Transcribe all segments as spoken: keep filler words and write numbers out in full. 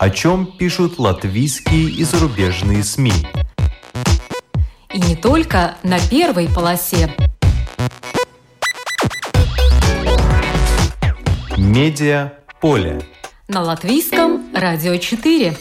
О чем пишут латвийские и зарубежные СМИ. И не только на первой полосе. Медиаполе. На Латвийском радио четыре.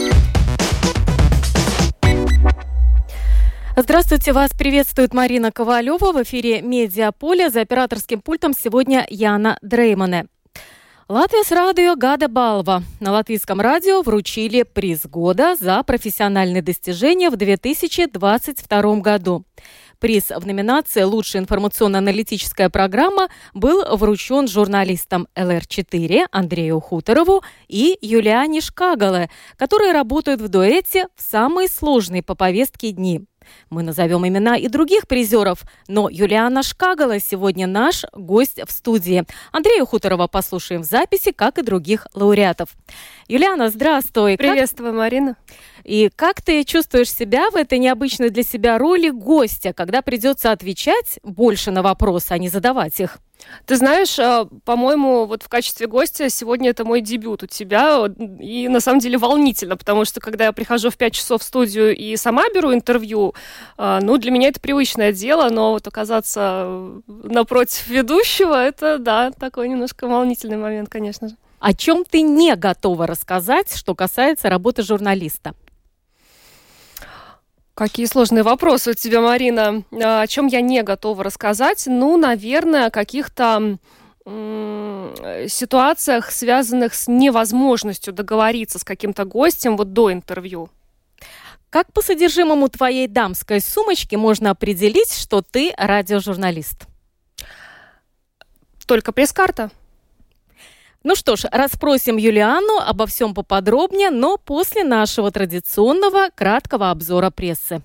Здравствуйте, вас приветствует Марина Ковалева. В эфире «Медиаполе». За операторским пультом сегодня Яна Дреймане. Латвijas радио Гада Балва. На латвийском радио вручили приз года за профессиональные достижения в две тысячи двадцать втором году. Приз в номинации «Лучшая информационно-аналитическая программа» был вручен журналистам эл эр четыре Андрею Хуторову и Юлиане Шкагале, которые работают в дуэте в самые сложные по повестке дни. Мы назовем имена и других призеров, но Юлиана Шкагала сегодня наш гость в студии. Андрея Хуторова послушаем в записи, как и других лауреатов. Юлиана, здравствуй. Приветствую, как... Марина. И как ты чувствуешь себя в этой необычной для себя роли гостя, когда придется отвечать больше на вопросы, а не задавать их? Ты знаешь, по-моему, вот в качестве гостя сегодня это мой дебют у тебя, и на самом деле волнительно, потому что когда я прихожу в пять часов в студию и сама беру интервью, ну, для меня это привычное дело, но вот оказаться напротив ведущего, это, да, такой немножко волнительный момент, конечно же. О чем ты не готова рассказать, что касается работы журналиста? Какие сложные вопросы у тебя, Марина. О чем я не готова рассказать? Ну, наверное, о каких-то м- ситуациях, связанных с невозможностью договориться с каким-то гостем вот до интервью. Как по содержимому твоей дамской сумочки можно определить, что ты радиожурналист? Только пресс-карта. Ну что ж, расспросим Юлиану обо всем поподробнее, но после нашего традиционного краткого обзора прессы.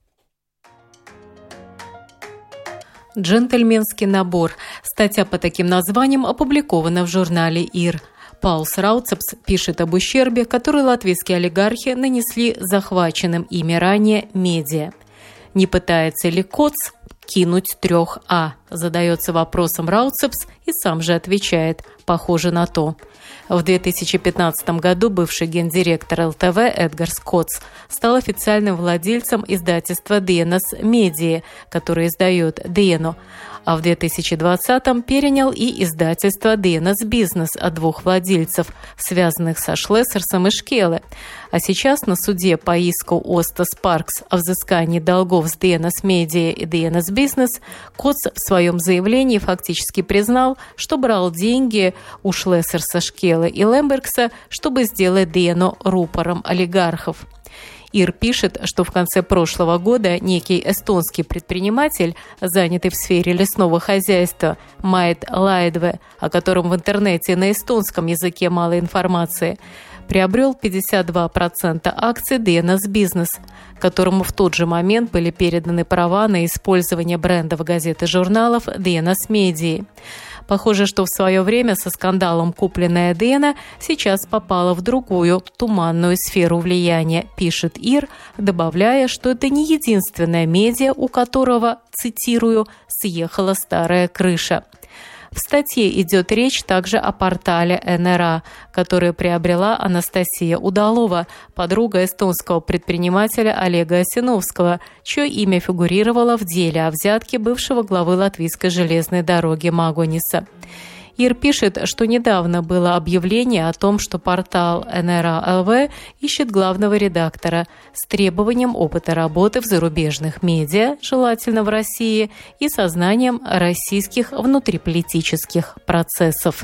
Джентльменский набор. Статья по таким названиям опубликована в журнале «Ир». Паулс Рауцепс пишет об ущербе, который латвийские олигархи нанесли захваченным ими ранее медиа. Не пытается ли КОЦ кинуть трех А? Задается вопросом Рауцепс и сам же отвечает: похоже на то. В две тысячи пятнадцатом году бывший гендиректор эл тэ вэ Эдгарс Коц стал официальным владельцем издательства Dienas Media, которое издает Dienu, а в две тысячи двадцатом перенял и издательство Dienas Business от двух владельцев, связанных со Шлессерсом и Шкеле. А сейчас на суде по иску Оста Спаркс о взыскании долгов с Dienas Media и Dienas Business Коц в своем заявлении фактически признал, что брал деньги у Шлессерса, Шкеле и Лембергса, чтобы сделать Dienu рупором олигархов. Ир пишет, что в конце прошлого года некий эстонский предприниматель, занятый в сфере лесного хозяйства, Майт Лайдве, о котором в интернете на эстонском языке мало информации, приобрел пятьдесят два процента акций Dienas Business, которому в тот же момент были переданы права на использование брендов газет и журналов Dienas Media. Похоже, что в свое время со скандалом купленная Диена сейчас попала в другую, туманную сферу влияния, пишет Ир, добавляя, что это не единственное медиа, у которого, цитирую, «съехала старая крыша». В статье идет речь также о портале эн эр а, который приобрела Анастасия Удалова, подруга эстонского предпринимателя Олега Осиновского, чье имя фигурировало в деле о взятке бывшего главы латвийской железной дороги Магониса. Ир пишет, что недавно было объявление о том, что портал эн эр а точка эл ви ищет главного редактора с требованием опыта работы в зарубежных медиа, желательно в России, и сознанием российских внутриполитических процессов.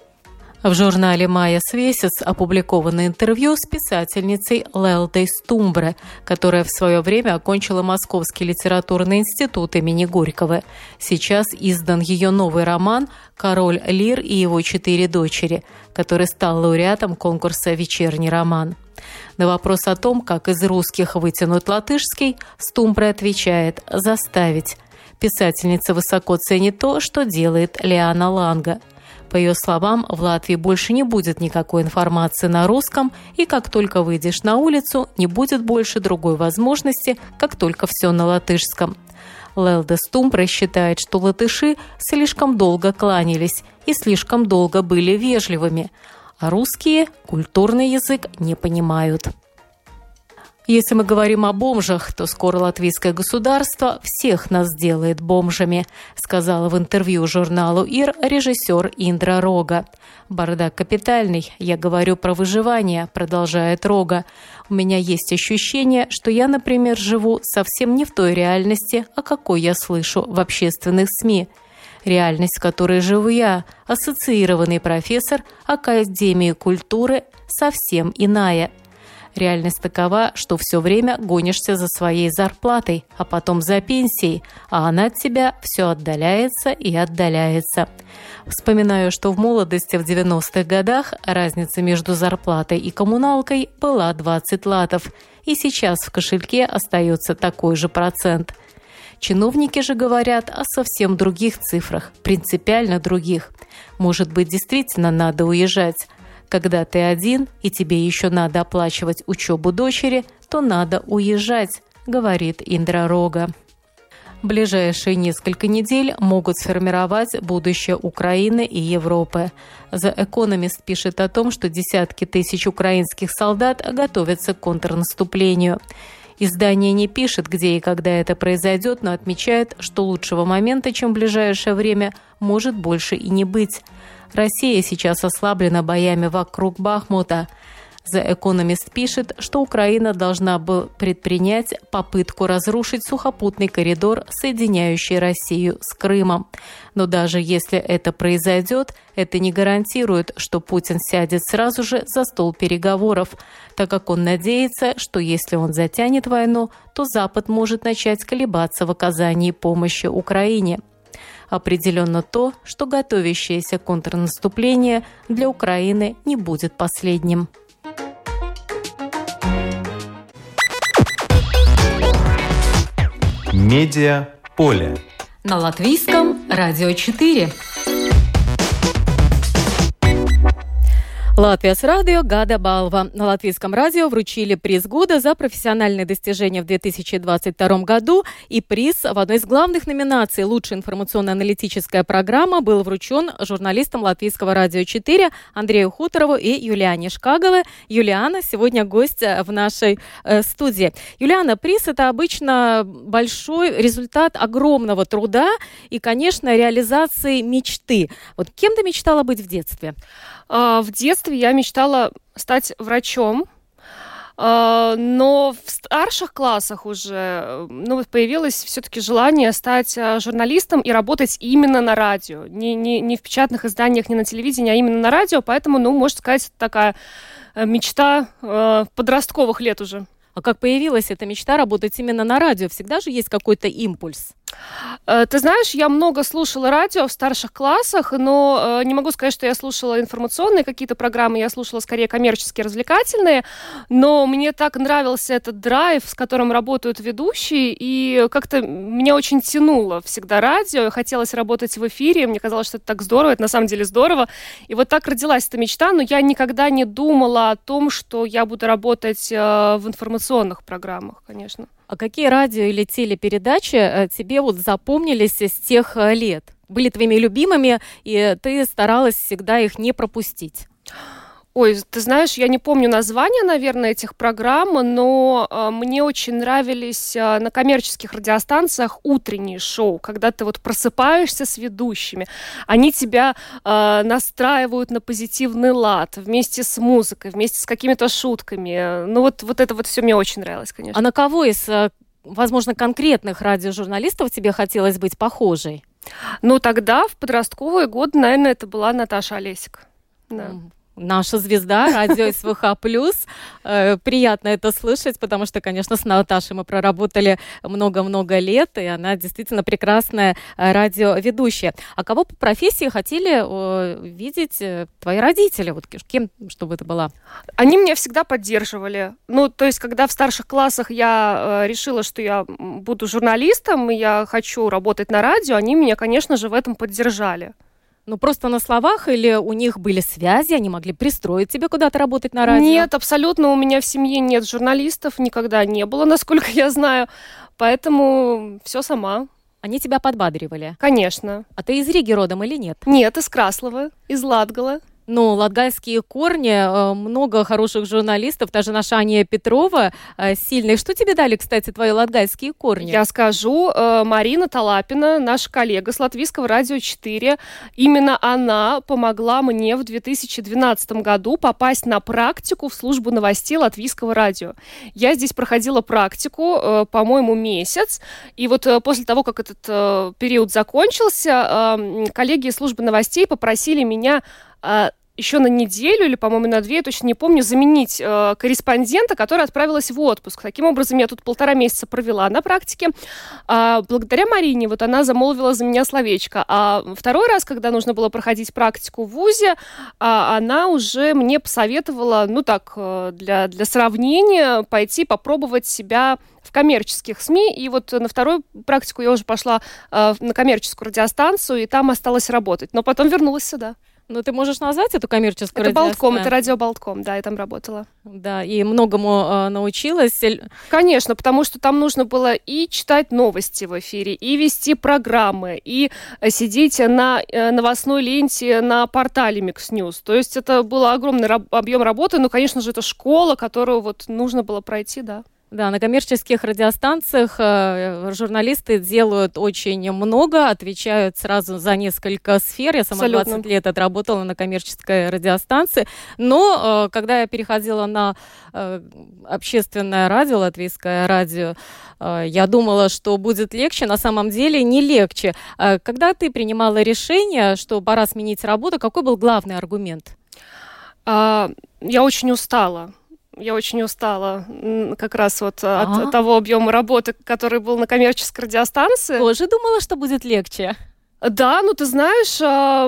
В журнале «Майя Свесис» опубликовано интервью с писательницей Лелдой Стумбре, которая в свое время окончила Московский литературный институт имени Горького. Сейчас издан ее новый роман «Король Лир и его четыре дочери», который стал лауреатом конкурса «Вечерний роман». На вопрос о том, как из русских вытянуть латышский, Стумбре отвечает: «Заставить». Писательница высоко ценит то, что делает Лиана Ланга. По ее словам, в Латвии больше не будет никакой информации на русском, и как только выйдешь на улицу, не будет больше другой возможности, как только все на латышском. Лелда Стумбре считает, что латыши слишком долго кланялись и слишком долго были вежливыми. а русские культурный язык не понимают. Если мы говорим о бомжах, то скоро латвийское государство всех нас сделает бомжами, сказала в интервью журналу «Ир» режиссер Индра Рога. «Бардак капитальный. Я говорю про выживание», — продолжает Рога. «У меня есть ощущение, что я, например, живу совсем не в той реальности, о какой я слышу в общественных СМИ. Реальность, в которой живу я, ассоциированный профессор Академии культуры, совсем иная. Реальность такова, что все время гонишься за своей зарплатой, а потом за пенсией, а она от тебя все отдаляется и отдаляется. Вспоминаю, что в молодости в девяностых годах разница между зарплатой и коммуналкой была двадцать латов, и сейчас в кошельке остается такой же процент. Чиновники же говорят о совсем других цифрах, принципиально других. Может быть, действительно надо уезжать. Когда ты один, и тебе еще надо оплачивать учебу дочери, то надо уезжать, говорит Индра Рога. Ближайшие несколько недель могут сформировать будущее Украины и Европы. The Economist пишет о том, что десятки тысяч украинских солдат готовятся к контрнаступлению. Издание не пишет, где и когда это произойдет, но отмечает, что лучшего момента, чем в ближайшее время, может больше и не быть. Россия сейчас ослаблена боями вокруг Бахмута. The Economist пишет, что Украина должна бы предпринять попытку разрушить сухопутный коридор, соединяющий Россию с Крымом. Но даже если это произойдет, это не гарантирует, что Путин сядет сразу же за стол переговоров, так как он надеется, что если он затянет войну, то Запад может начать колебаться в оказании помощи Украине. Определенно то, что готовящееся контрнаступление для Украины не будет последним. Медиа поле. На Латвийском радио четыре. Латвия с радио Гада Балва. На Латвийском радио вручили приз года за профессиональные достижения в две тысячи двадцать втором году, и приз в одной из главных номинаций «Лучшая информационно-аналитическая программа» был вручен журналистам Латвийского радио четыре Андрею Хуторову и Юлиане Шкагале. Юлиана сегодня гость в нашей э, студии. Юлиана, приз – это обычно большой результат огромного труда и, конечно, реализации мечты. Вот кем ты мечтала быть в детстве? В детстве я мечтала стать врачом, но в старших классах уже ну, появилось все-таки желание стать журналистом и работать именно на радио. Не, не, не в печатных изданиях, не на телевидении, а именно на радио. Поэтому, ну, можно сказать, такая мечта подростковых лет уже. А как появилась эта мечта работать именно на радио? Всегда же есть какой-то импульс. Ты знаешь, я много слушала радио в старших классах, но не могу сказать, что я слушала информационные какие-то программы, я слушала скорее коммерческие, развлекательные, но мне так нравился этот драйв, с которым работают ведущие, и как-то меня очень тянуло всегда радио, хотелось работать в эфире, мне казалось, что это так здорово, это на самом деле здорово, и вот так родилась эта мечта, но я никогда не думала о том, что я буду работать в информационных программах, конечно. А какие радио или телепередачи тебе вот запомнились с тех лет? Были твоими любимыми, и ты старалась всегда их не пропустить? Ой, ты знаешь, я не помню названия, наверное, этих программ, но э, мне очень нравились э, на коммерческих радиостанциях утренние шоу, когда ты вот просыпаешься с ведущими, они тебя э, настраивают на позитивный лад вместе с музыкой, вместе с какими-то шутками. Ну вот, вот это вот все мне очень нравилось, конечно. А на кого из, возможно, конкретных радиожурналистов тебе хотелось быть похожей? Ну тогда, в подростковые годы, наверное, это была Наташа Олесик. Да. Mm. Наша звезда, радио СВХ плюс. Приятно это слышать, потому что, конечно, с Наташей мы проработали много-много лет, и она действительно прекрасная радиоведущая. А кого по профессии хотели видеть твои родители? Вот кем, чтобы это была? Они меня всегда поддерживали. Ну, то есть, когда в старших классах я решила, что я буду журналистом, и я хочу работать на радио, они меня, конечно же, в этом поддержали. Ну, просто на словах, или у них были связи, они могли пристроить тебя куда-то работать на радио? Нет, абсолютно. У меня в семье нет журналистов, никогда не было, насколько я знаю. Поэтому все сама. Они тебя подбадривали? Конечно. А ты из Риги родом или нет? Нет, из Краслова, из Латгала. Ну, латгальские корни, много хороших журналистов, даже наша Аня Петрова сильная. Что тебе дали, кстати, твои латгальские корни? Я скажу, Марина Талапина, наша коллега с Латвийского радио четыре, именно она помогла мне в две тысячи двенадцатом году попасть на практику в службу новостей Латвийского радио. Я здесь проходила практику, по-моему, месяц, и вот после того, как этот период закончился, коллеги из службы новостей попросили меня еще на неделю или, по-моему, на две, я точно не помню, заменить э, корреспондента, которая отправилась в отпуск. Таким образом, я тут полтора месяца провела на практике. А благодаря Марине, вот она замолвила за меня словечко. А второй раз, когда нужно было проходить практику в ВУЗе, а, она уже мне посоветовала, ну так, для, для сравнения, пойти попробовать себя в коммерческих СМИ. И вот на вторую практику я уже пошла э, на коммерческую радиостанцию, и там осталась работать. Но потом вернулась сюда. Ну, ты можешь назвать эту коммерческую радиостанцию? Это Болтком, это радио Болтком, да, я там работала. Да, и многому э, научилась. Конечно, потому что там нужно было и читать новости в эфире, и вести программы, и сидеть на э, новостной ленте на портале Mixnews. То есть это был огромный раб- объем работы, но, конечно же, это школа, которую вот нужно было пройти, да. Да, на коммерческих радиостанциях э, журналисты делают очень много, отвечают сразу за несколько сфер. Я сама Абсолютно. двадцать лет отработала на коммерческой радиостанции. Но э, когда я переходила на э, общественное радио, латвийское радио, э, я думала, что будет легче. На самом деле не легче. Э, когда ты принимала решение, что пора сменить работу, какой был главный аргумент? А, я очень устала. Я очень устала как раз вот от, от того объема работы, который был на коммерческой радиостанции. Тоже думала, что будет легче? Да, ну ты знаешь,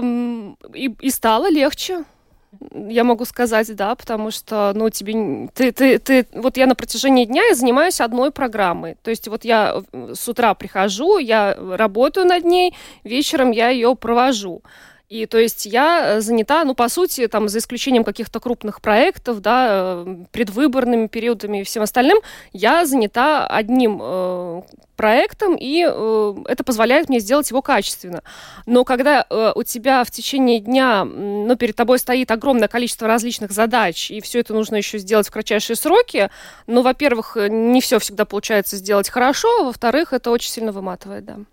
и, и стало легче. Я могу сказать, да, потому что, ну, тебе, ты, ты, ты, вот я на протяжении дня я занимаюсь одной программой. То есть вот я с утра прихожу, я работаю над ней, вечером я ее провожу. И то есть я занята, ну, по сути, там, за исключением каких-то крупных проектов, да, предвыборными периодами и всем остальным, я занята одним э, проектом, и э, это позволяет мне сделать его качественно. Но когда э, у тебя в течение дня, ну, перед тобой стоит огромное количество различных задач, и все это нужно еще сделать в кратчайшие сроки, ну, во-первых, не все всегда получается сделать хорошо, а во-вторых, это очень сильно выматывает, да.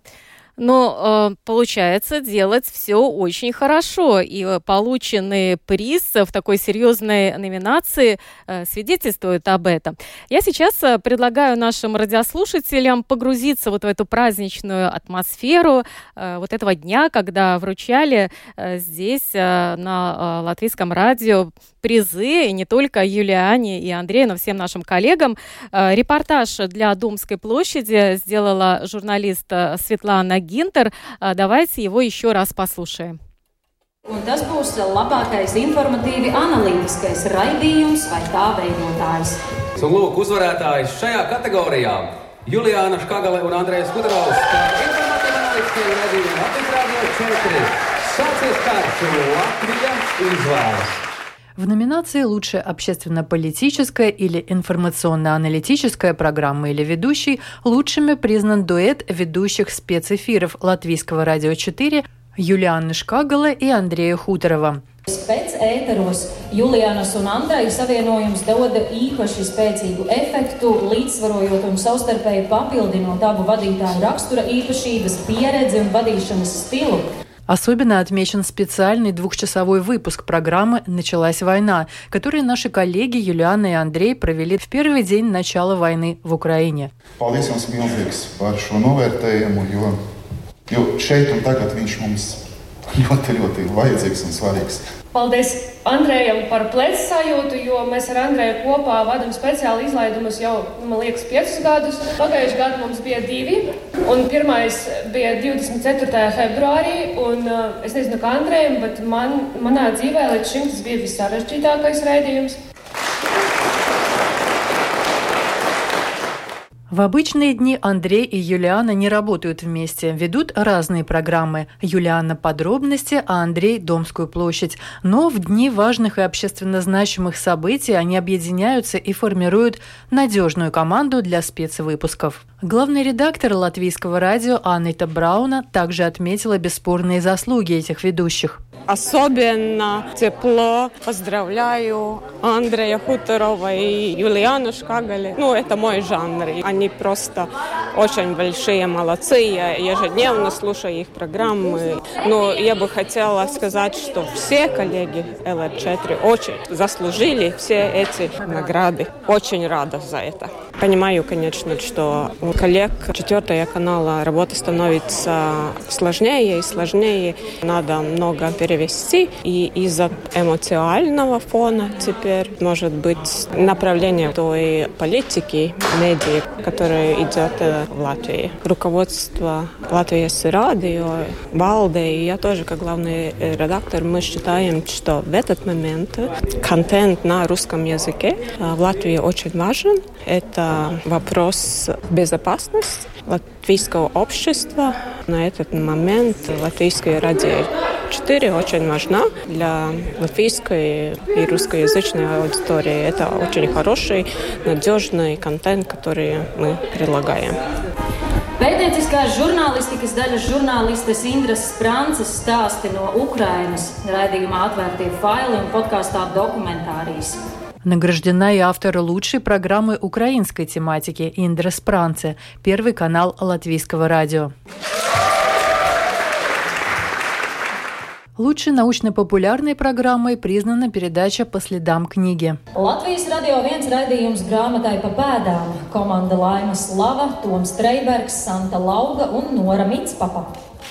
Но э, получается делать все очень хорошо, и полученный приз в такой серьезной номинации э, свидетельствует об этом. Я сейчас предлагаю нашим радиослушателям погрузиться вот в эту праздничную атмосферу э, вот этого дня, когда вручали э, здесь э, на э, Латвийском радио призы, и не только Юлиане и Андрею, но всем нашим коллегам. Э, репортаж для Домской площади сделала журналист Светлана Гинтер. Давайте его еще раз послушаем. Un tas būs labākais informatīvi analītiskais raidījums vai tā veidotājs. Un lūk, uzvarētājs šajā kategorijā Juliāna Škagale un Andrejs Kudrovs par informatīvi analītiskajiem raidījumiem Latvijas radio četri. Sācies karš Latvija izvēles. В номинации «Лучшая общественно-политическая или информационно-аналитическая программа или ведущий» лучшими признан дуэт ведущих спецэфиров Латвийского радио четыре Juliāna Škagale и Андрея Хуторова. Spēcēteros Juliānas un Andreja savienojums dod īpaši spēcīgu efektu, līdzsvarojot un savstarpēji papildinot abu vadītāju rakstura īpašības, pieredzi un vadīšanas stilu. Особенно отмечен специальный двухчасовой выпуск программы «Началась война», который наши коллеги Юлиана и Андрей провели в первый день начала войны в Украине. Paldies jums milzīgs par šo novērtējumu, jo, jo šeit un tagad viņš mums ļoti, ļoti vajadzīgs un svarīgs. Paldies Andrejam par plecu sajūtu, jo mēs ar Andreju kopā vadam speciāli izlaidumus jau, man liekas, piecus gadus. Pagājuši gadu mums bija divi, un pirmais bija divdesmit ceturtajā februārī, un uh, es nezinu, kā Andrejam, bet man, manā dzīvē līdz šim tas bija vissarežģītākais raidījums. В обычные дни Андрей и Юлиана не работают вместе, ведут разные программы. Юлиана «Подробности», а Андрей «Домскую площадь». Но в дни важных и общественно значимых событий они объединяются и формируют надежную команду для спецвыпусков. Главный редактор Латвийского радио Аннита Брауна также отметила бесспорные заслуги этих ведущих. особенно тепло поздравляю Андрея Хуторова и Юлиану Шкагали. Ну, это мой жанр. Они просто очень большие молодцы. Я ежедневно слушаю их программы. Но я бы хотела сказать, что все коллеги эл эр четыре очень заслужили все эти награды. Очень рада за это. Понимаю, конечно, что у коллег четвертого канала работа становится сложнее и сложнее. Надо много перевести. И из-за эмоционального фона теперь может быть направление той политики, медиа, которая идет в Латвии. Руководство Латвийского радио, Балде, и я тоже, как главный редактор, мы считаем, что в этот момент контент на русском языке в Латвии очень важен. Это вопрос безопасности латвийского общества. На этот момент Латвийское радио четыре очень важна для латвийской и русскоязычной аудитории. Это очень хороший, надежный контент, который мы предлагаем. Pētnieciskās žurnālistikas daļas žurnālistes Indras Sprances stāsti no Ukrainas, raidījumā Atvērtie faili un podkāstā Dokumentārijas. Награждена и автор лучшей программы украинской тематики Индра Спранце, Первый канал Латвийского радио. Лучшей научно-популярной программой признана передача «По следам книги». Latvijas radio viens raidījums grāmatai pa pēdām. Komanda Laima Slava, Toms Streibergs, Santa Lauga un Nora Mitspapa.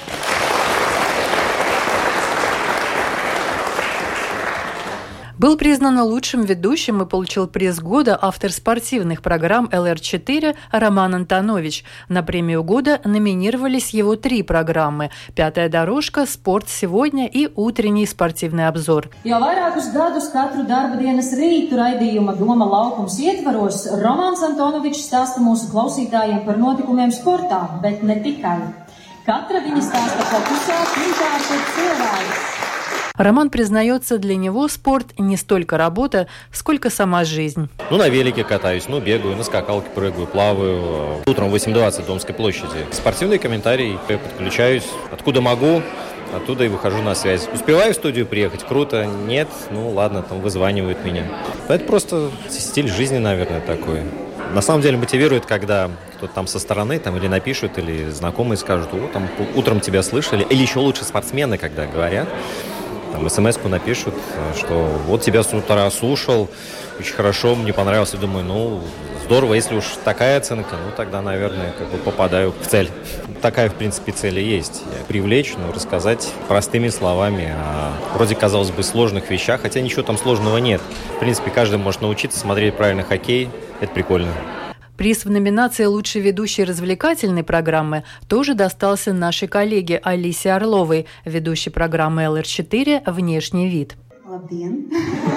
Был признан лучшим ведущим и получил приз года автор спортивных программ эл эр четыре Роман Антонович. На премию года номинировались его три программы «Пятая дорожка», «Спорт сегодня» и «Утренний спортивный обзор». Jau vairākus gadus katru darba dienas rītu raidījuma Doma laukums ietvaros Romāns Antonovičs stāsta mūsu klausītājiem par notikumiem sportā, bet ne tikai. Katra viņa stāsta fokusā pirmkārt ir cilvēks. Роман признается, для него спорт не столько работа, сколько сама жизнь. Ну, на велике катаюсь, ну, бегаю, на скакалке прыгаю, плаваю. Утром в восемь двадцать в Домской площади. Спортивный комментарий, я подключаюсь, откуда могу, оттуда и выхожу на связь. Успеваю в студию приехать? Круто. Нет? Ну, ладно, там вызванивают меня. Это просто стиль жизни, наверное, такой. На самом деле мотивирует, когда кто-то там со стороны там, или напишут, или знакомые скажут: о, там утром тебя слышали. Или еще лучше спортсмены, когда говорят. Там смс-ку напишут, что вот тебя с утра слушал, очень хорошо, мне понравилось. И думаю, ну, здорово, если уж такая оценка, ну, тогда, наверное, как бы попадаю в цель. Такая, в принципе, цель и есть. Привлечь, ну, рассказать простыми словами о вроде, казалось бы, сложных вещах, хотя ничего там сложного нет. В принципе, каждый может научиться смотреть правильно хоккей, это прикольно. Приз в номинации «Лучшей ведущей развлекательной программы» тоже достался нашей коллеге Алисе Орловой, ведущей программы эл эр четыре «Внешний вид». Labdien!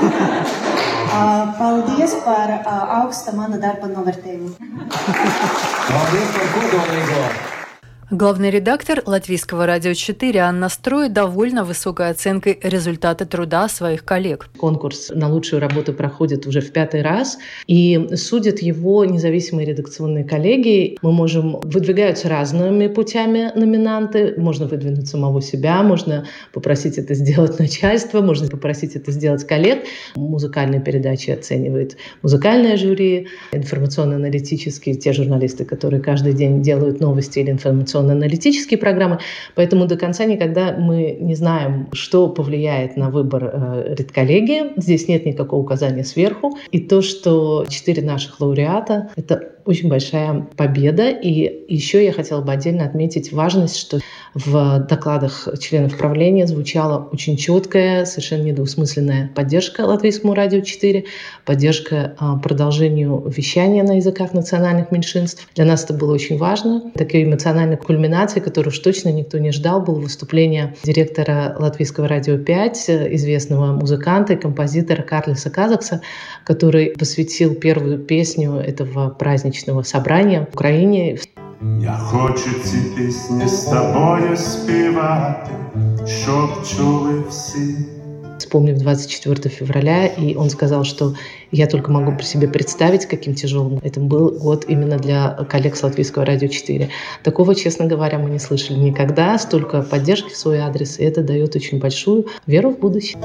Paldies par augsta mana darba novērtējumu. Paldies par kodolīgo! Главный редактор Латвийского радио четыре Анна Строй довольна высокой оценкой результата труда своих коллег. Конкурс на лучшую работу проходит уже в пятый раз, и судят его независимые редакционные коллеги. Мы можем выдвигаются разными путями номинанты. Можно выдвинуть самого себя, можно попросить это сделать начальство, можно попросить это сделать коллег. Музыкальные передачи оценивает музыкальное жюри, информационно-аналитические, те журналисты, которые каждый день делают новости или информационные аналитические программы, поэтому до конца никогда мы не знаем, что повлияет на выбор э, редколлегии. Здесь нет никакого указания сверху. И то, что четыре наших лауреата — это очень большая победа. И еще я хотела бы отдельно отметить важность, что в докладах членов правления звучала очень четкая, совершенно недвусмысленная поддержка Латвийскому радио четыре, поддержка э, продолжению вещания на языках национальных меньшинств. Для нас это было очень важно. Такой эмоциональной кульминацией, которую уж точно никто не ждал, было выступление директора Латвийского радио пять, известного музыканта и композитора Карлиса Казакса, который посвятил первую песню этого праздничного собрания Украине. Я хочу ці пісні з тобою співати, щоб чули всі. вспомнив двадцать четвёртого февраля, и он сказал, что я только могу при себе представить, каким тяжелым это был год именно для коллег с Латвийского радио четыре. Такого, честно говоря, мы не слышали никогда, столько поддержки в свой адрес, и это дает очень большую веру в будущее.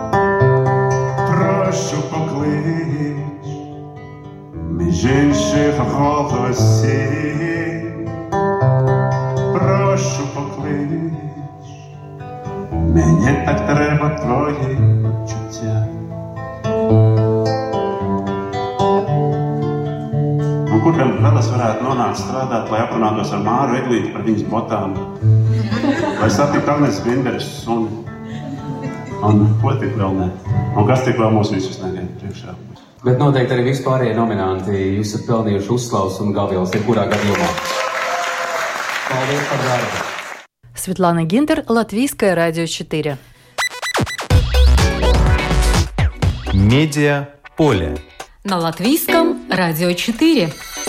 Прошу поклич, між інших голосів. Прошу поклич, мені так треба твої почуття. Un kur gan vēl es varētu nonākt strādāt, lai aprunātos ar Māru Eglīti par viņas botām? Lai satiktu Agnes Vinderes un, un ko tik vēl ne? Un kas tik vēl mūs visus negaida priekšā? Bet noteikti arī vispārējie nominanti jūs esat pelnījuši uzslavas un Gavils jebkurā gadījumā. Paldies par darbu. Светлана Гинтер, Латвийское радио четыре. Медиа поле. На Латвийском радио четыре.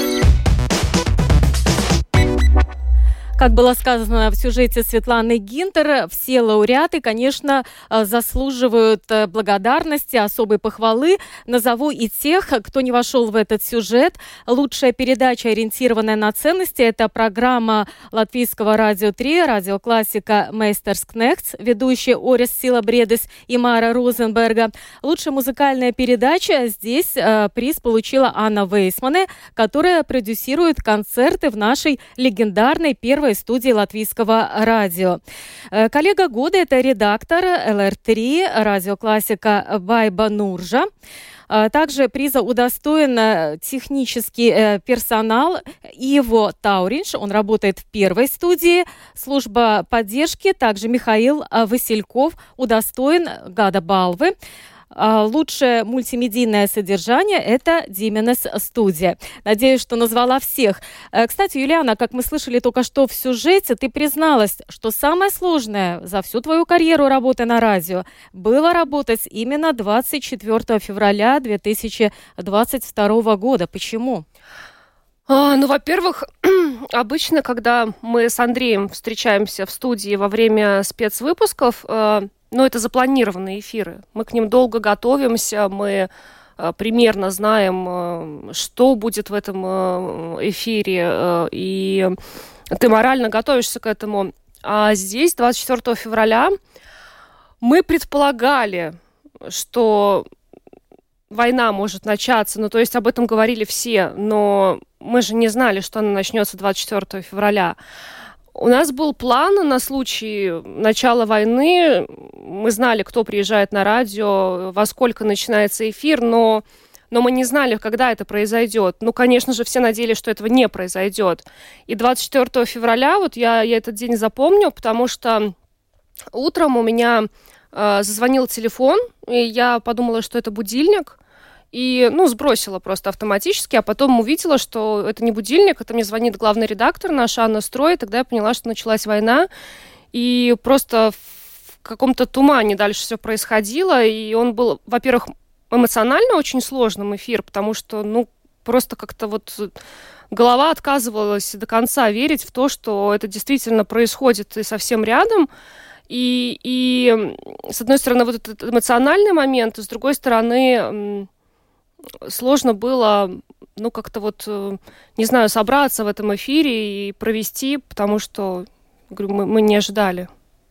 Как было сказано в сюжете Светланы Гинтер, все лауреаты, конечно, заслуживают благодарности, особой похвалы. Назову и тех, кто не вошел в этот сюжет. Лучшая передача, ориентированная на ценности, это программа Латвийского радио три, радиоклассика «Мейстерскнехтс», ведущие Орис Силабредес и Мара Розенберга. Лучшая музыкальная передача, здесь э, приз получила Анна Вейсмане, которая продюсирует концерты в нашей легендарной первой студии Латвийского радио. Коллега года – это редактор эл эр три, радиоклассика Байба Нуржа. Также приза удостоен технический персонал Иво Тауринш. Он работает в первой студии. Служба поддержки. Также Михаил Васильков удостоен Гада Балвы. Лучшее мультимедийное содержание – это Дименес студия. Надеюсь, что назвала всех. Кстати, Юлиана, как мы слышали только что в сюжете, ты призналась, что самое сложное за всю твою карьеру работы на радио было работать именно двадцать четвёртого февраля две тысячи двадцать второго года. Почему? А, ну, во-первых, обычно, когда мы с Андреем встречаемся в студии во время спецвыпусков, но это запланированные эфиры. Мы к ним долго готовимся, мы э, примерно знаем, э, что будет в этом э, эфире, э, и ты морально готовишься к этому. А здесь, двадцать четвёртого февраля, мы предполагали, что война может начаться, ну, то есть об этом говорили все, но мы же не знали, что она начнется двадцать четвёртого февраля. У нас был план на случай начала войны. Мы знали, кто приезжает на радио, во сколько начинается эфир, но, но мы не знали, когда это произойдет. Ну, конечно же, все надеялись, что этого не произойдет. И двадцать четвёртого февраля, вот я, я этот день запомню, потому что утром у меня э, зазвонил телефон, и я подумала, что это будильник. И, ну, сбросила просто автоматически, а потом увидела, что это не будильник, это мне звонит главный редактор наш, Анна Строй, и тогда я поняла, что началась война, и просто в каком-то тумане дальше все происходило, и он был, во-первых, эмоционально очень сложным эфир, потому что, ну, просто как-то вот голова отказывалась до конца верить в то, что это действительно происходит и совсем рядом. И, и с одной стороны, вот этот эмоциональный момент, и с другой стороны, сложно было, ну, как-то вот, не знаю, собраться в этом эфире и провести, потому что, говорю, мы, мы не ожидали.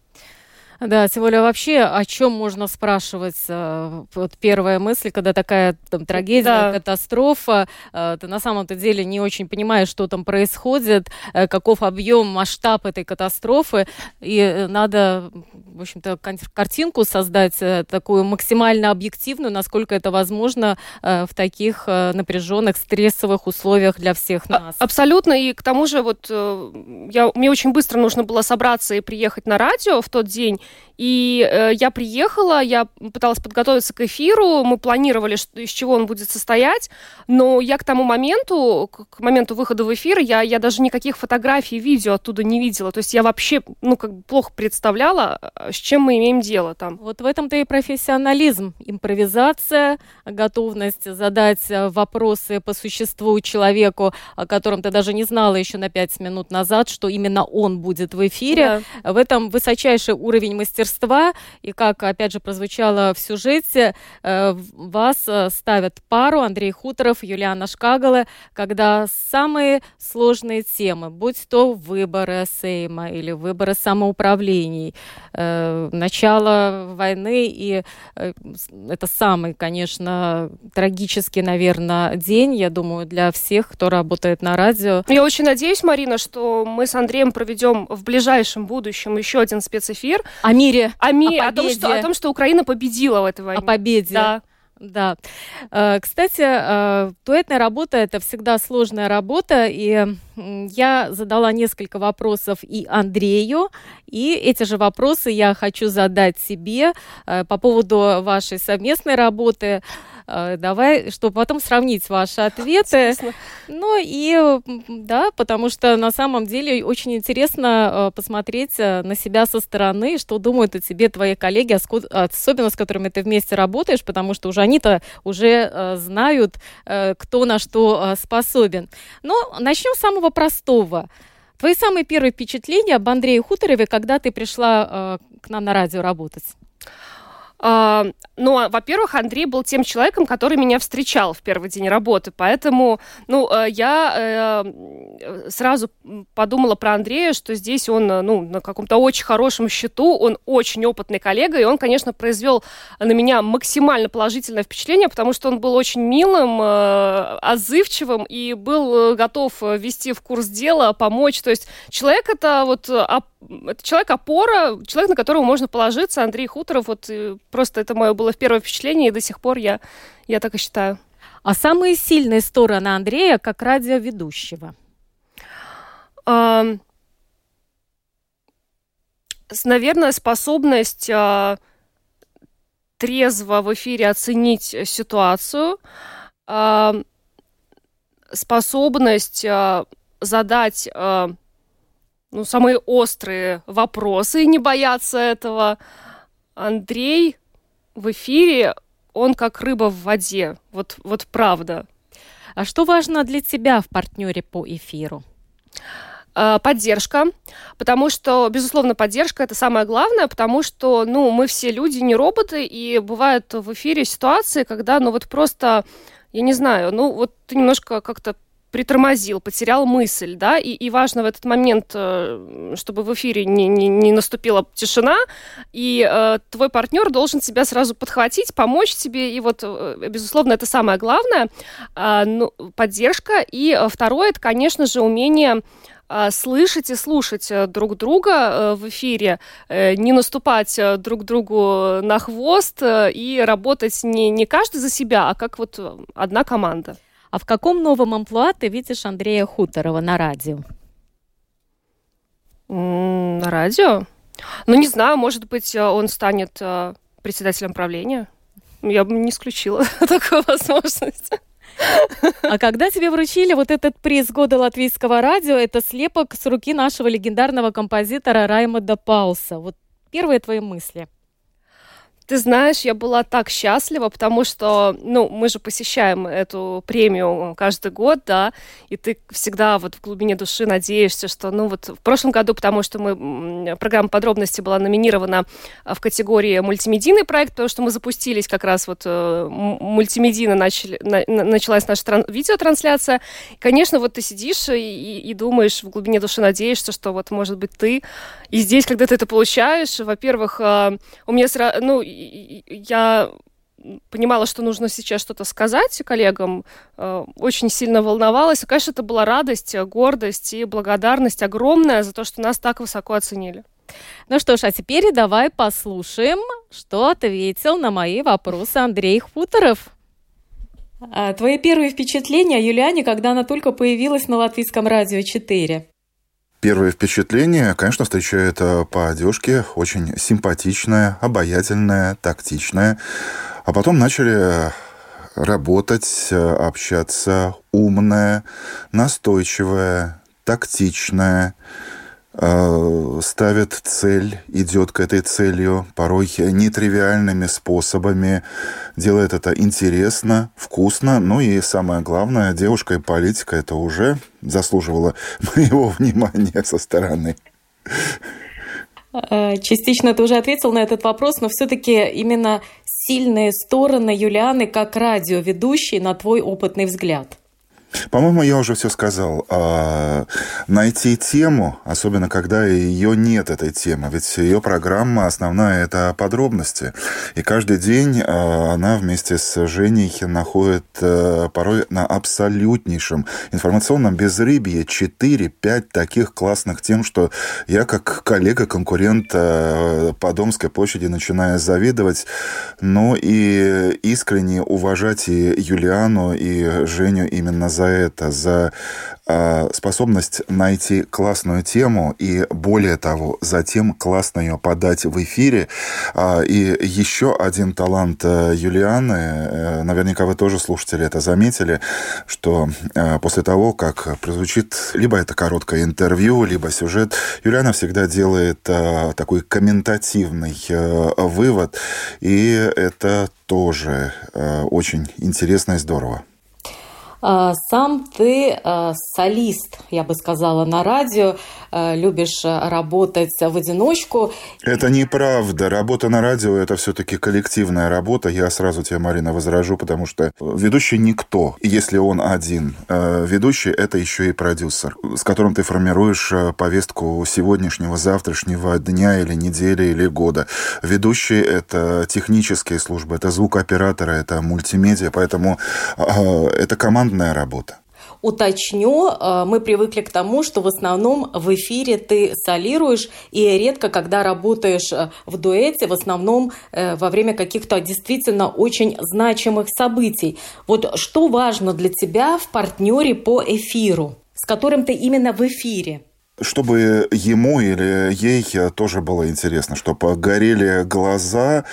Да, тем более вообще, о чем можно спрашивать? Вот первая мысль, когда такая там, трагедия, да. катастрофа, ты на самом-то деле не очень понимаешь, что там происходит, каков объем, масштаб этой катастрофы, и надо, в общем-то, картинку создать такую максимально объективную, насколько это возможно в таких напряженных, стрессовых условиях для всех нас. Абсолютно, и к тому же вот я, мне очень быстро нужно было собраться и приехать на радио в тот день. И э, я приехала, я пыталась подготовиться к эфиру, мы планировали, что, из чего он будет состоять, но я к тому моменту, к моменту выхода в эфир, я, я даже никаких фотографий, видео оттуда не видела. То есть я вообще, ну, как бы плохо представляла, с чем мы имеем дело там. Вот в этом-то и профессионализм, импровизация, готовность задать вопросы по существу человеку, о котором ты даже не знала еще на пять минут назад, что именно он будет в эфире. Да. В этом высочайший уровень мастерства мастерства, и как, опять же, прозвучало в сюжете, вас ставят пару Андрей Хуторов, Юлиана Шкагала, когда самые сложные темы, будь то выборы Сейма или выборы самоуправлений, начало войны, и это самый, конечно, трагический, наверное, день, я думаю, для всех, кто работает на радио. Я очень надеюсь, Марина, что мы с Андреем проведем в ближайшем будущем еще один спецэфир. О мире, о, ми... о, о, том, что, о том, что Украина победила в этой войне. О победе. Да. Да. Кстати, дуэтная работа – это всегда сложная работа, и я задала несколько вопросов и Андрею, и эти же вопросы я хочу задать себе по поводу вашей совместной работы. Давай, чтобы потом сравнить ваши ответы. Ну и да, потому что на самом деле очень интересно посмотреть на себя со стороны, что думают о тебе твои коллеги, особенно с которыми ты вместе работаешь, потому что уже они-то уже знают, кто на что способен. Но начнем с самого простого. Твои самые первые впечатления об Андрее Хуторове, когда ты пришла к нам на радио работать? Uh, ну, во-первых, Андрей был тем человеком, который меня встречал в первый день работы, поэтому, ну, uh, я uh, сразу подумала про Андрея, что здесь он, uh, ну, на каком-то очень хорошем счету, он очень опытный коллега, и он, конечно, произвел на меня максимально положительное впечатление, потому что он был очень милым, uh, отзывчивым и был uh, готов ввести в курс дела, помочь, то есть человек это вот оп- это человек-опора, человек, на которого можно положиться. Андрей Хуторов, вот просто это мое было первое впечатление, и до сих пор я, я так и считаю. А самые сильные стороны Андрея как радиоведущего? А, наверное, способность а, трезво в эфире оценить ситуацию, а, способность а, задать... А, ну, самые острые вопросы и не бояться этого. Андрей в эфире, он как рыба в воде. Вот, вот правда. А что важно для тебя в партнере по эфиру? Поддержка, потому что, безусловно, поддержка – это самое главное, потому что, ну, мы все люди, не роботы, и бывают в эфире ситуации, когда, ну, вот просто, я не знаю, ну, вот ты немножко как-то притормозил, потерял мысль, да, и, и важно в этот момент, чтобы в эфире не, не, не наступила тишина, и э, твой партнер должен тебя сразу подхватить, помочь тебе, и вот, безусловно, это самое главное, э, ну, поддержка, и второе, это, конечно же, умение э, слышать и слушать друг друга э, в эфире, э, не наступать друг другу на хвост э, и работать не, не каждый за себя, а как вот одна команда. А в каком новом амплуа ты видишь Андрея Хуторова на радио? Mm, на радио? Ну, не знаю, может быть, он станет uh, председателем правления. Я бы не исключила такую возможность. А когда тебе вручили вот этот приз года латвийского радио, это слепок с руки нашего легендарного композитора Раймонда Паулса. Вот первые твои мысли. Ты знаешь, я была так счастлива, потому что, ну, мы же посещаем эту премию каждый год, да, и ты всегда вот в глубине души надеешься, что, ну, вот в прошлом году, потому что мы, программа «Подробности» была номинирована в категории «Мультимедийный проект», потому что мы запустились как раз вот мультимедийно, начали, на, началась наша тран- видеотрансляция. И, конечно, вот ты сидишь и, и думаешь, в глубине души надеешься, что вот, может быть, ты, и здесь, когда ты это получаешь, во-первых, у меня сразу, ну, я понимала, что нужно сейчас что-то сказать коллегам, очень сильно волновалась. И, конечно, это была радость, гордость и благодарность огромная за то, что нас так высоко оценили. Ну что ж, а теперь давай послушаем, что ответил на мои вопросы Андрей Хуторов. А твои первые впечатления о Юлиане, когда она только появилась на Латвийском радио четыре? Первое впечатление, конечно, встречает по одежке, очень симпатичная, обаятельная, тактичная. А потом начали работать, общаться, умная, настойчивая, тактичная, ставит цель, идет к этой целью, порой нетривиальными способами, делает это интересно, вкусно, ну и самое главное, девушка и политика это уже заслуживало моего внимания со стороны. Частично ты уже ответил на этот вопрос, но все-таки именно сильные стороны Юлианы как радиоведущей, на твой опытный взгляд. По-моему, я уже все сказал. А, найти тему, особенно когда ее нет, этой темы. Ведь ее программа основная – это подробности. И каждый день а, она вместе с Женей находит а, порой на абсолютнейшем информационном безрыбье четыре-пять таких классных тем, что я как коллега, конкурент а, по Домской площади начинаю завидовать, но и искренне уважать и Юлиану, и Женю именно за это, за э, способность найти классную тему и, более того, затем классно ее подать в эфире. Э, и еще один талант Юлианы, э, наверняка вы тоже, слушатели, это заметили, что э, после того, как прозвучит либо это короткое интервью, либо сюжет, Юлиана всегда делает э, такой комментативный э, вывод, и это тоже э, очень интересно и здорово. Сам ты солист, я бы сказала, на радио, любишь работать в одиночку. Это неправда. Работа на радио – это все-таки коллективная работа. Я сразу тебе, Марина, возражу, потому что ведущий никто, если он один. Ведущий – это еще и продюсер, с которым ты формируешь повестку сегодняшнего, завтрашнего дня или недели или года. Ведущий – это технические службы, это звукооператоры, это мультимедиа, поэтому это команда работа. Уточню, мы привыкли к тому, что в основном в эфире ты солируешь, и редко, когда работаешь в дуэте, в основном во время каких-то действительно очень значимых событий. Вот что важно для тебя в партнере по эфиру, с которым ты именно в эфире? Чтобы ему или ей тоже было интересно, чтобы горели глаза,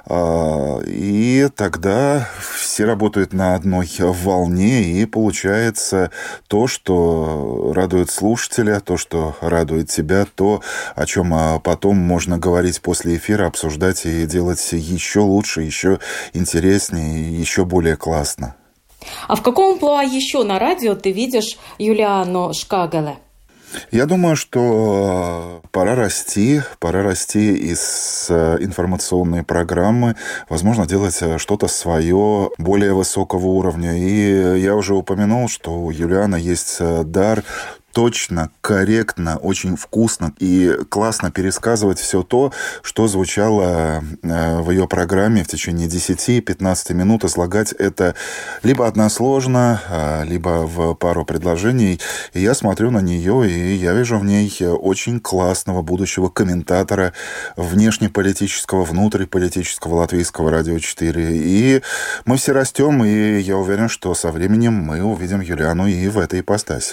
и тогда все работают на одной волне, и получается то, что радует слушателя, то, что радует тебя, то, о чем потом можно говорить после эфира, обсуждать и делать еще лучше, еще интереснее, еще более классно. А в каком амплуа еще на радио ты видишь Юлиану Шкагеле? Я думаю, что пора расти, пора расти из информационной программы, возможно, делать что-то свое, более высокого уровня. И я уже упомянул, что у Юлианы есть дар точно, корректно, очень вкусно и классно пересказывать все то, что звучало в ее программе в течение десяти-пятнадцати минут, излагать это либо односложно, либо в пару предложений. И я смотрю на нее, и я вижу в ней очень классного будущего комментатора внешнеполитического, внутриполитического латвийского радио четыре. И мы все растем, и я уверен, что со временем мы увидим Юлиану и в этой ипостаси.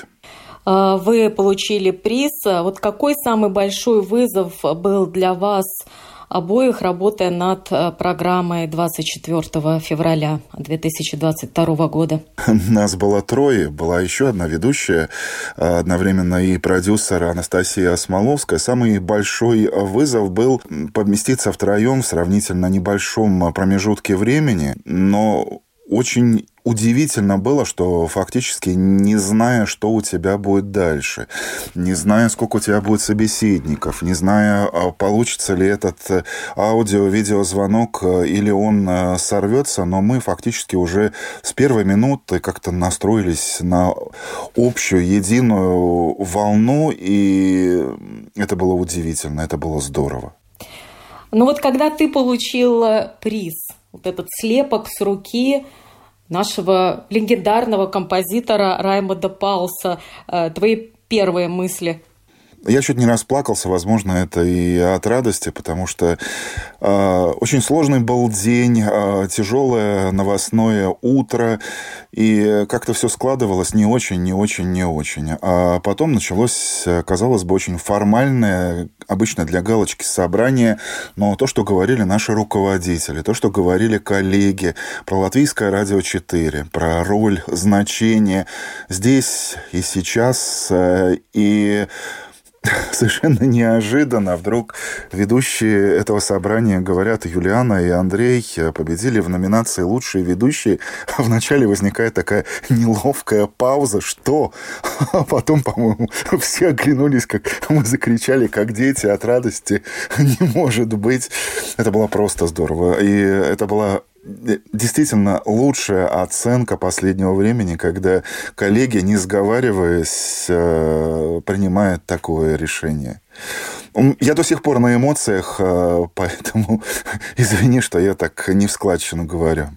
Вы получили приз. Вот какой самый большой вызов был для вас обоих, работая над программой двадцать четвёртого февраля две тысячи двадцать второго года? Нас было трое. Была еще одна ведущая, одновременно и продюсер Анастасия Смоловская. Самый большой вызов был поместиться втроем в сравнительно небольшом промежутке времени, но очень удивительно было, что фактически не зная, что у тебя будет дальше, не зная, сколько у тебя будет собеседников, не зная, получится ли этот аудио-видеозвонок или он сорвется, но мы фактически уже с первой минуты как-то настроились на общую, единую волну, и это было удивительно, это было здорово. Ну вот когда ты получил приз, вот этот слепок с руки нашего легендарного композитора Раймонда Паулса, твои первые мысли? Я чуть не расплакался, возможно, это и от радости, потому что э, очень сложный был день, э, тяжелое новостное утро, и как-то все складывалось не очень, не очень, не очень. А потом началось, казалось бы, очень формальное, обычно для галочки собрание, но то, что говорили наши руководители, то, что говорили коллеги про Латвийское радио четыре, про роль, значение здесь и сейчас, э, и совершенно неожиданно вдруг ведущие этого собрания говорят: Юлиана и Андрей победили в номинации «Лучшие ведущие». Вначале возникает такая неловкая пауза. Что? А потом, по-моему, все оглянулись, как мы закричали, как дети от радости. Не может быть. Это было просто здорово. И это была действительно лучшая оценка последнего времени, когда коллеги, не сговариваясь, принимают такое решение. Я до сих пор на эмоциях, поэтому извини, что я так не в складчину говорю.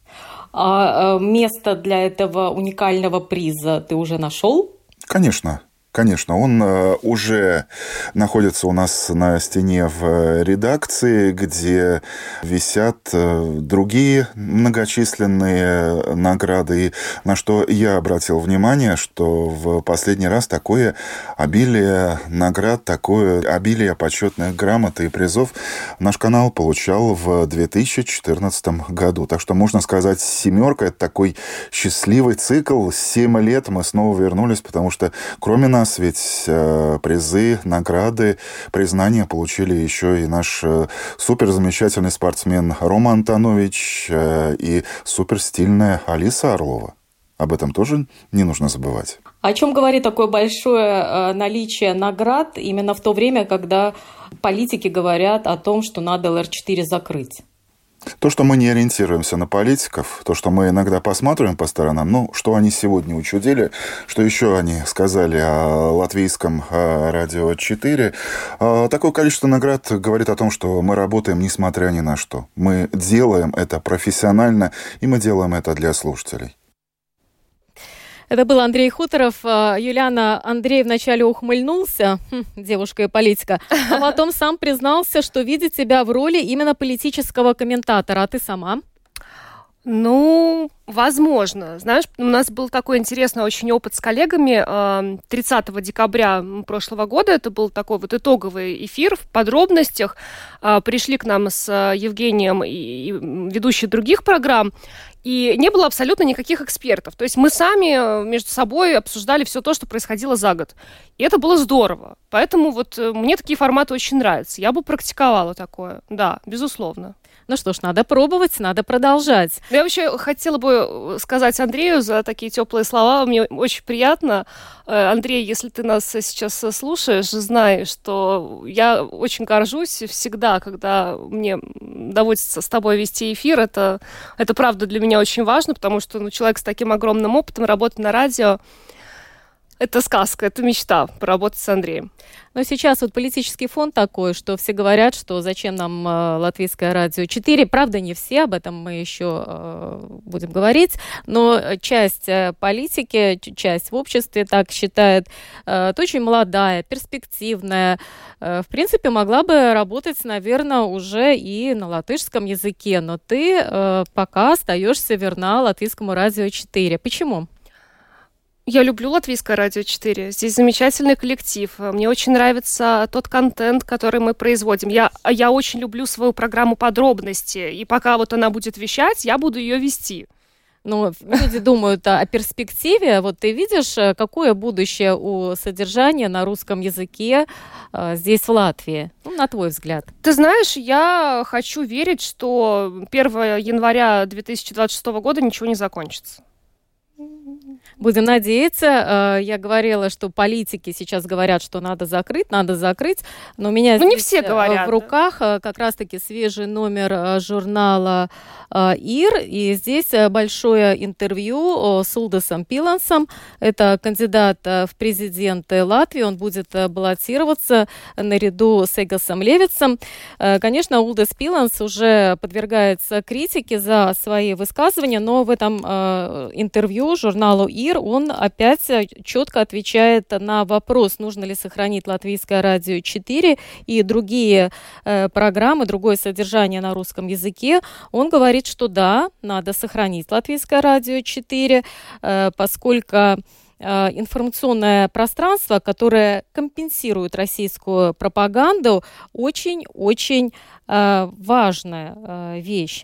А место для этого уникального приза ты уже нашел? Конечно. Конечно, он уже находится у нас на стене в редакции, где висят другие многочисленные награды. И на что я обратил внимание, что в последний раз такое обилие наград, такое обилие почетных грамот и призов наш канал получал в две тысячи четырнадцатом году. Так что, можно сказать, семерка – это такой счастливый цикл. Семь лет мы снова вернулись, потому что кроме нас нас ведь призы, награды, признания получили еще и наш суперзамечательный спортсмен Рома Антонович и суперстильная Алиса Орлова. Об этом тоже не нужно забывать. О чем говорит такое большое наличие наград именно в то время, когда политики говорят о том, что надо эл эр четыре закрыть? То, что мы не ориентируемся на политиков, то, что мы иногда посматриваем по сторонам, ну, что они сегодня учудили, что еще они сказали о латвийском радио четыре, такое количество наград говорит о том, что мы работаем несмотря ни на что. Мы делаем это профессионально, и мы делаем это для слушателей. Это был Андрей Хуторов. Юлиана, Андрей вначале ухмыльнулся, хм, девушка и политика, а потом сам признался, что видит себя в роли именно политического комментатора. А ты сама? Ну, возможно. Знаешь, у нас был такой интересный очень опыт с коллегами. тридцатого декабря прошлого года это был такой вот итоговый эфир в подробностях. Пришли к нам с Евгением и ведущие других программ, и не было абсолютно никаких экспертов. То есть мы сами между собой обсуждали все то, что происходило за год. И это было здорово. Поэтому вот мне такие форматы очень нравятся. Я бы практиковала такое. Да, безусловно. Ну что ж, надо пробовать, надо продолжать. Я вообще хотела бы сказать Андрею за такие теплые слова. Мне очень приятно. Андрей, если ты нас сейчас слушаешь, знай, что я очень горжусь всегда, когда мне доводится с тобой вести эфир. Это, это правда для меня очень важно, потому что ну, человек с таким огромным опытом работы на радио — это сказка, это мечта — поработать с Андреем. Но сейчас вот политический фон такой, что все говорят, что зачем нам э, Латвийское радио четыре. Правда, не все, об этом мы еще э, будем говорить, но часть э, политики, часть в обществе так считает. Э, это очень молодая, перспективная. Э, в принципе, могла бы работать, наверное, уже и на латышском языке, но ты э, пока остаешься верна Латвийскому радио четыре. Почему? Я люблю Латвийское радио четыре. Здесь замечательный коллектив. Мне очень нравится тот контент, который мы производим. Я, я очень люблю свою программу «Подробности». И пока вот она будет вещать, я буду ее вести. Ну, люди думают о перспективе. Вот ты видишь, какое будущее у содержания на русском языке э, здесь, в Латвии? Ну, на твой взгляд. Ты знаешь, я хочу верить, что первого января две тысячи двадцать шестого года ничего не закончится. Будем надеяться. Я говорила, что политики сейчас говорят, что надо закрыть, надо закрыть. Но у меня ну, здесь не все говорят, в руках да? как раз-таки свежий номер журнала «Ир». И здесь большое интервью с Улдасом Пилансом. Это кандидат в президенты Латвии. Он будет баллотироваться наряду с Эгасом Левицем. Конечно, Улдас Пиланс уже подвергается критике за свои высказывания, но в этом интервью журналу «Ир» он опять четко отвечает на вопрос, нужно ли сохранить Латвийское радио четыре и другие э, программы, другое содержание на русском языке. Он говорит, что да, надо сохранить Латвийское радио четыре, э, поскольку э, информационное пространство, которое компенсирует российскую пропаганду, очень-очень э, важная э, вещь.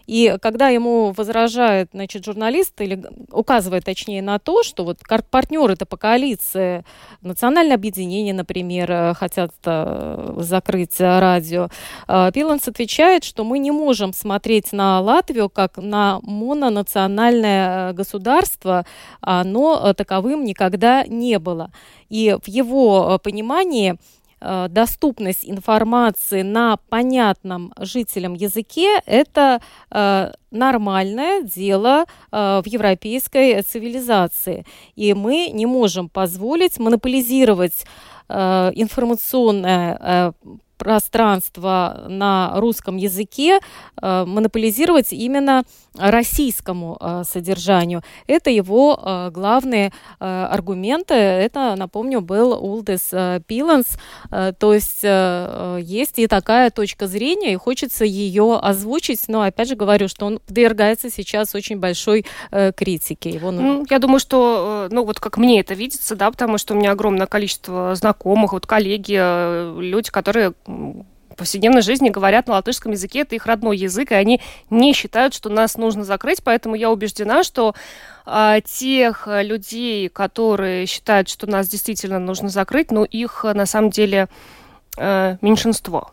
И когда ему возражает, значит, журналист, или указывает, точнее, на то, что вот партнеры-то по коалиции, Национальное объединение, например, хотят закрыть радио, Пиланс отвечает, что мы не можем смотреть на Латвию как на мононациональное государство, оно таковым никогда не было. И в его понимании доступность информации на понятном жителям языке – это э, нормальное дело э, в европейской цивилизации. И мы не можем позволить монополизировать э, информационное э, пространство на русском языке, э, монополизировать именно российскому э, содержанию. Это его э, главные э, аргументы. Это, напомню, был Улдис э, Пиланс. Э, то есть э, есть и такая точка зрения, и хочется ее озвучить. Но, опять же, говорю, что он подвергается сейчас очень большой э, критике. Его... Ну, я думаю, что, ну, вот как мне это видится, да, потому что у меня огромное количество знакомых, вот коллеги, люди, которые в повседневной жизни говорят на латышском языке, это их родной язык, и они не считают, что нас нужно закрыть, поэтому я убеждена, что а, тех людей, которые считают, что нас действительно нужно закрыть, ну, их на самом деле а, меньшинство.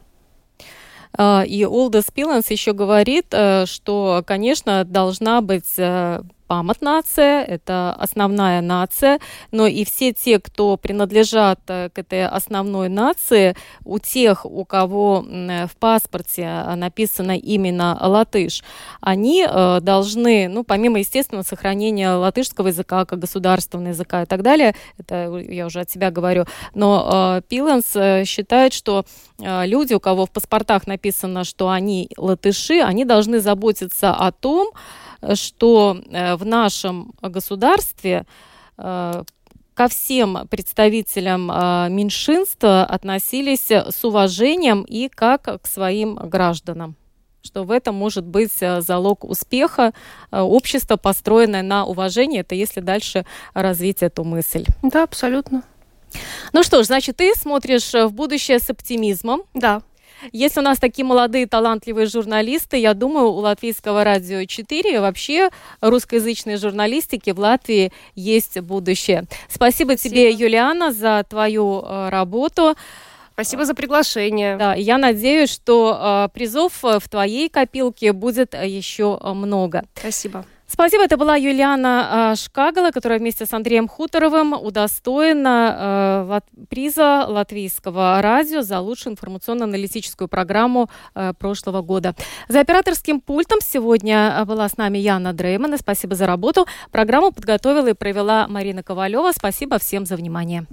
И Улдис Пиланс еще говорит, что, конечно, должна быть памат-нация, это основная нация, но и все те, кто принадлежат к этой основной нации, у тех, у кого в паспорте написано именно латыш, они должны, ну, помимо, естественно, сохранения латышского языка как государственного языка и так далее, это я уже от себя говорю, но Пиланс считает, что люди, у кого в паспортах написано, что они латыши, они должны заботиться о том, что в нашем государстве ко всем представителям меньшинства относились с уважением и как к своим гражданам. Что в этом может быть залог успеха. Общество, построенное на уважении, это если дальше развить эту мысль. Да, абсолютно. Ну что ж, значит, ты смотришь в будущее с оптимизмом. Да. Если у нас такие молодые, талантливые журналисты, я думаю, у Латвийского радио четыре и вообще русскоязычной журналистики в Латвии есть будущее. Спасибо, Спасибо. тебе, Юлиана, за твою э, работу. Спасибо за приглашение. Да, я надеюсь, что э, призов в твоей копилке будет еще много. Спасибо. Спасибо. Это была Юлиана Шкагала, которая вместе с Андреем Хуторовым удостоена э, приза Латвийского радио за лучшую информационно-аналитическую программу э, прошлого года. За операторским пультом сегодня была с нами Яна Дрейман. Спасибо за работу. Программу подготовила и провела Марина Ковалева. Спасибо всем за внимание.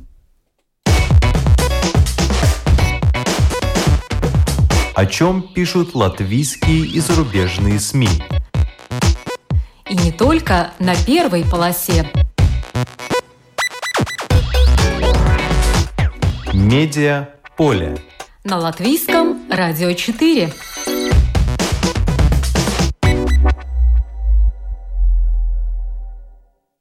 О чем пишут латвийские и зарубежные СМИ? И не только на первой полосе. Медиа поле. На Латвийском радио четыре.